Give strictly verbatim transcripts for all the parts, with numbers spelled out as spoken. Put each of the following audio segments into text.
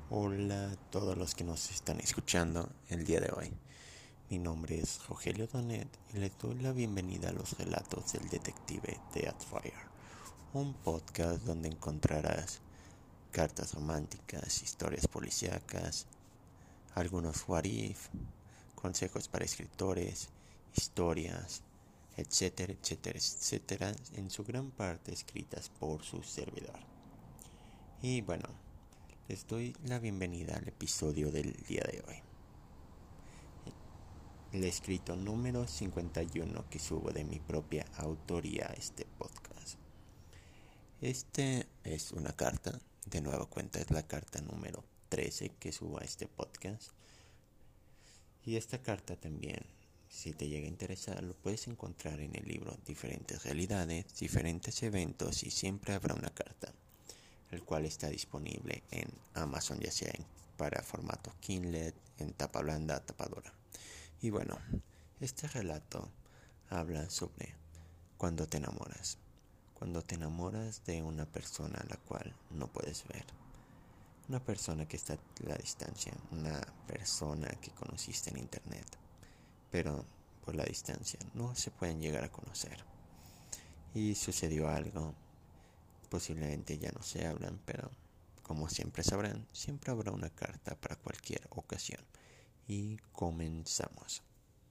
Hola a todos los que nos están escuchando el día de hoy. Mi nombre es Rogelio Donet y les doy la bienvenida a los relatos del detective Deadfire, un podcast donde encontrarás cartas románticas, historias policíacas, algunos what if, consejos para escritores, historias, etcétera, etcétera, etcétera, en su gran parte escritas por su servidor. Y bueno, les doy la bienvenida al episodio del día de hoy. El escrito número cincuenta y uno que subo de mi propia autoría a este podcast. Este es una carta, de nueva cuenta es la carta número trece que subo a este podcast. Y esta carta también, si te llega a interesar, lo puedes encontrar en el libro Diferentes Realidades, Diferentes Eventos y Siempre Habrá una Carta, el cual está disponible en Amazon, ya sea para formato Kindle, en tapa blanda, tapa dura. Y bueno, este relato habla sobre cuando te enamoras. Cuando te enamoras de una persona a la cual no puedes ver. Una persona que está a la distancia. Una persona que conociste en internet. Pero por la distancia no se pueden llegar a conocer. Y sucedió algo. Posiblemente ya no se hablan, pero como siempre sabrán, siempre habrá una carta para cualquier ocasión. Y comenzamos.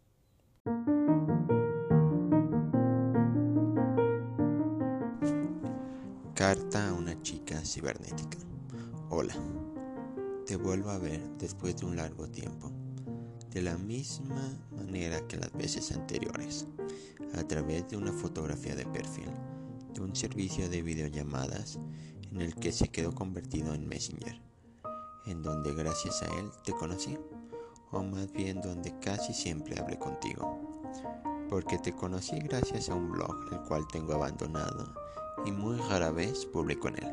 Carta a una chica cibernética. Hola, te vuelvo a ver después de un largo tiempo, de la misma manera que las veces anteriores, a través de una fotografía de perfil, de un servicio de videollamadas en el que se quedó convertido en Messenger, en donde gracias a él te conocí, o más bien donde casi siempre hablé contigo, porque te conocí gracias a un blog el cual tengo abandonado y muy rara vez publico en él.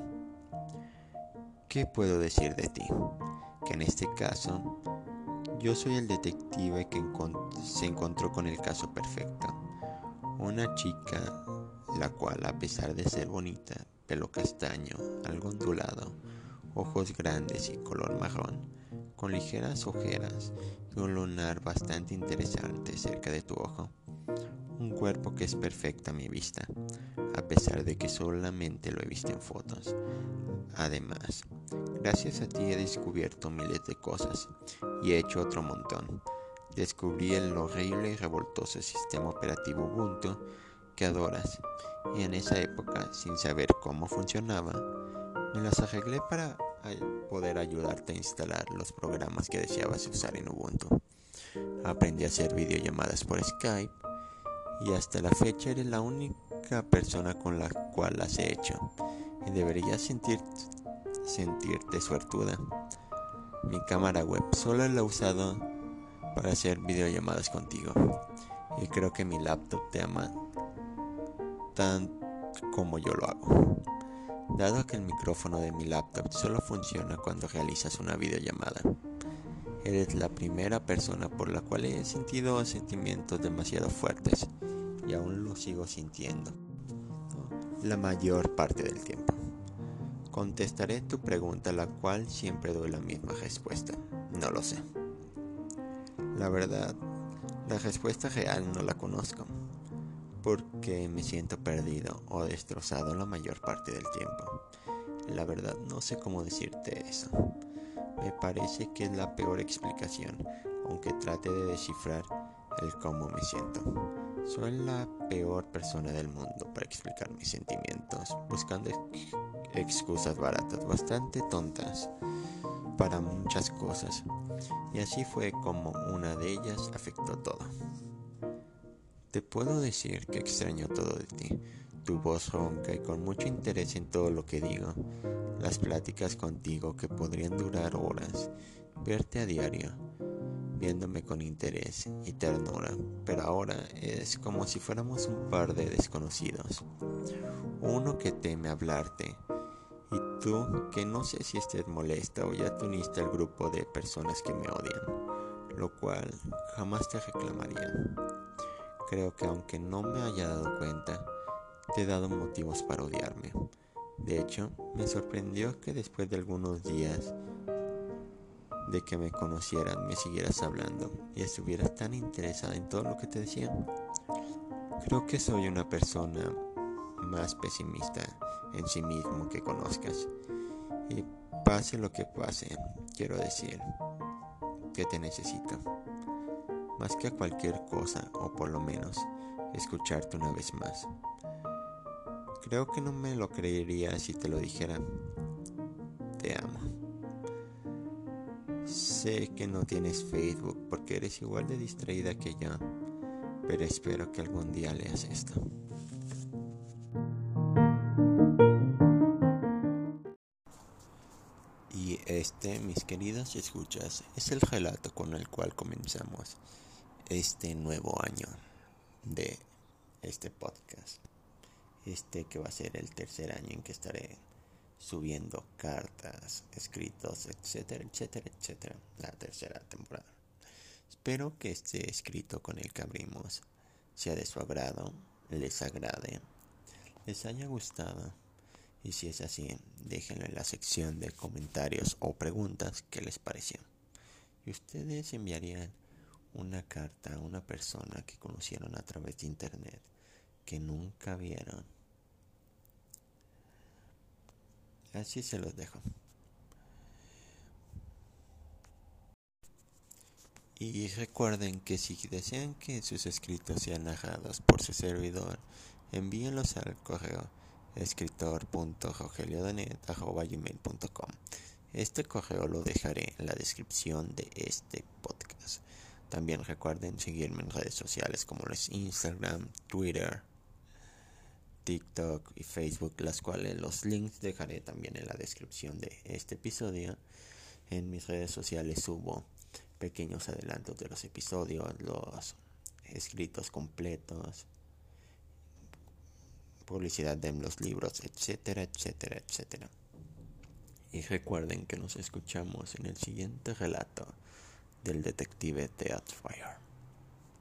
¿Qué puedo decir de ti? Que en este caso, yo soy el detective que encont- se encontró con el caso perfecto. Una chica la cual, a pesar de ser bonita, pelo castaño, algo ondulado, ojos grandes y color marrón, con ligeras ojeras y un lunar bastante interesante cerca de tu ojo. Un cuerpo que es perfecto a mi vista, a pesar de que solamente lo he visto en fotos. Además, gracias a ti he descubierto miles de cosas y he hecho otro montón. Descubrí el horrible y revoltoso sistema operativo Ubuntu que adoras, y en esa época, sin saber cómo funcionaba, me las arreglé para poder ayudarte a instalar los programas que deseabas usar en Ubuntu. Aprendí a hacer videollamadas por Skype y hasta la fecha eres la única persona con la cual las he hecho, y deberías sentir, sentirte suertuda. Mi cámara web solo la he usado para hacer videollamadas contigo, y creo que mi laptop te ama tan como yo lo hago. Dado que el micrófono de mi laptop solo funciona cuando realizas una videollamada, eres la primera persona por la cual he sentido sentimientos demasiado fuertes y aún lo sigo sintiendo, ¿no? La mayor parte del tiempo. Contestaré tu pregunta, a la cual siempre doy la misma respuesta. No lo sé. La verdad, la respuesta real no la conozco, porque me siento perdido o destrozado la mayor parte del tiempo. La verdad, no sé cómo decirte eso. Me parece que es la peor explicación, aunque trate de descifrar el cómo me siento. Soy la peor persona del mundo para explicar mis sentimientos, buscando ex- excusas baratas, bastante tontas para muchas cosas. Y así fue como una de ellas afectó todo. Te puedo decir que extraño todo de ti, tu voz ronca y con mucho interés en todo lo que digo, las pláticas contigo que podrían durar horas, verte a diario, viéndome con interés y ternura, pero ahora es como si fuéramos un par de desconocidos, uno que teme hablarte y tú que no sé si estés molesta o ya te uniste al grupo de personas que me odian, lo cual jamás te reclamaría. Creo que aunque no me haya dado cuenta, te he dado motivos para odiarme. De hecho, me sorprendió que después de algunos días de que me conocieras, me siguieras hablando y estuvieras tan interesada en todo lo que te decía. Creo que soy una persona más pesimista en sí mismo que conozcas. Y pase lo que pase, quiero decir que te necesito. Más que a cualquier cosa, o por lo menos, escucharte una vez más. Creo que no me lo creería si te lo dijera. Te amo. Sé que no tienes Facebook porque eres igual de distraída que yo, pero espero que algún día leas esto. Y este, mis queridos escuchas, es el relato con el cual comenzamos este nuevo año de este podcast. Este que va a ser el tercer año en que estaré subiendo cartas, escritos, etcétera, etcétera, etcétera. La tercera temporada. Espero que este escrito con el que abrimos sea de su agrado, les agrade, les haya gustado. Y si es así, déjenlo en la sección de comentarios o preguntas qué les pareció. Y ustedes enviarían una carta a una persona que conocieron a través de internet, que nunca vieron. Así se los dejo. Y recuerden que si desean que sus escritos sean narrados por su servidor, envíenlos al correo escritor punto rogelio danet arroba gmail punto com. Este correo lo dejaré en la descripción de este podcast. También recuerden seguirme en redes sociales como los Instagram, Twitter, TikTok y Facebook, las cuales los links dejaré también en la descripción de este episodio. En mis redes sociales subo pequeños adelantos de los episodios, los escritos completos, publicidad de los libros, etcétera, etcétera, etcétera. Y recuerden que nos escuchamos en el siguiente relato del detective Deathfire.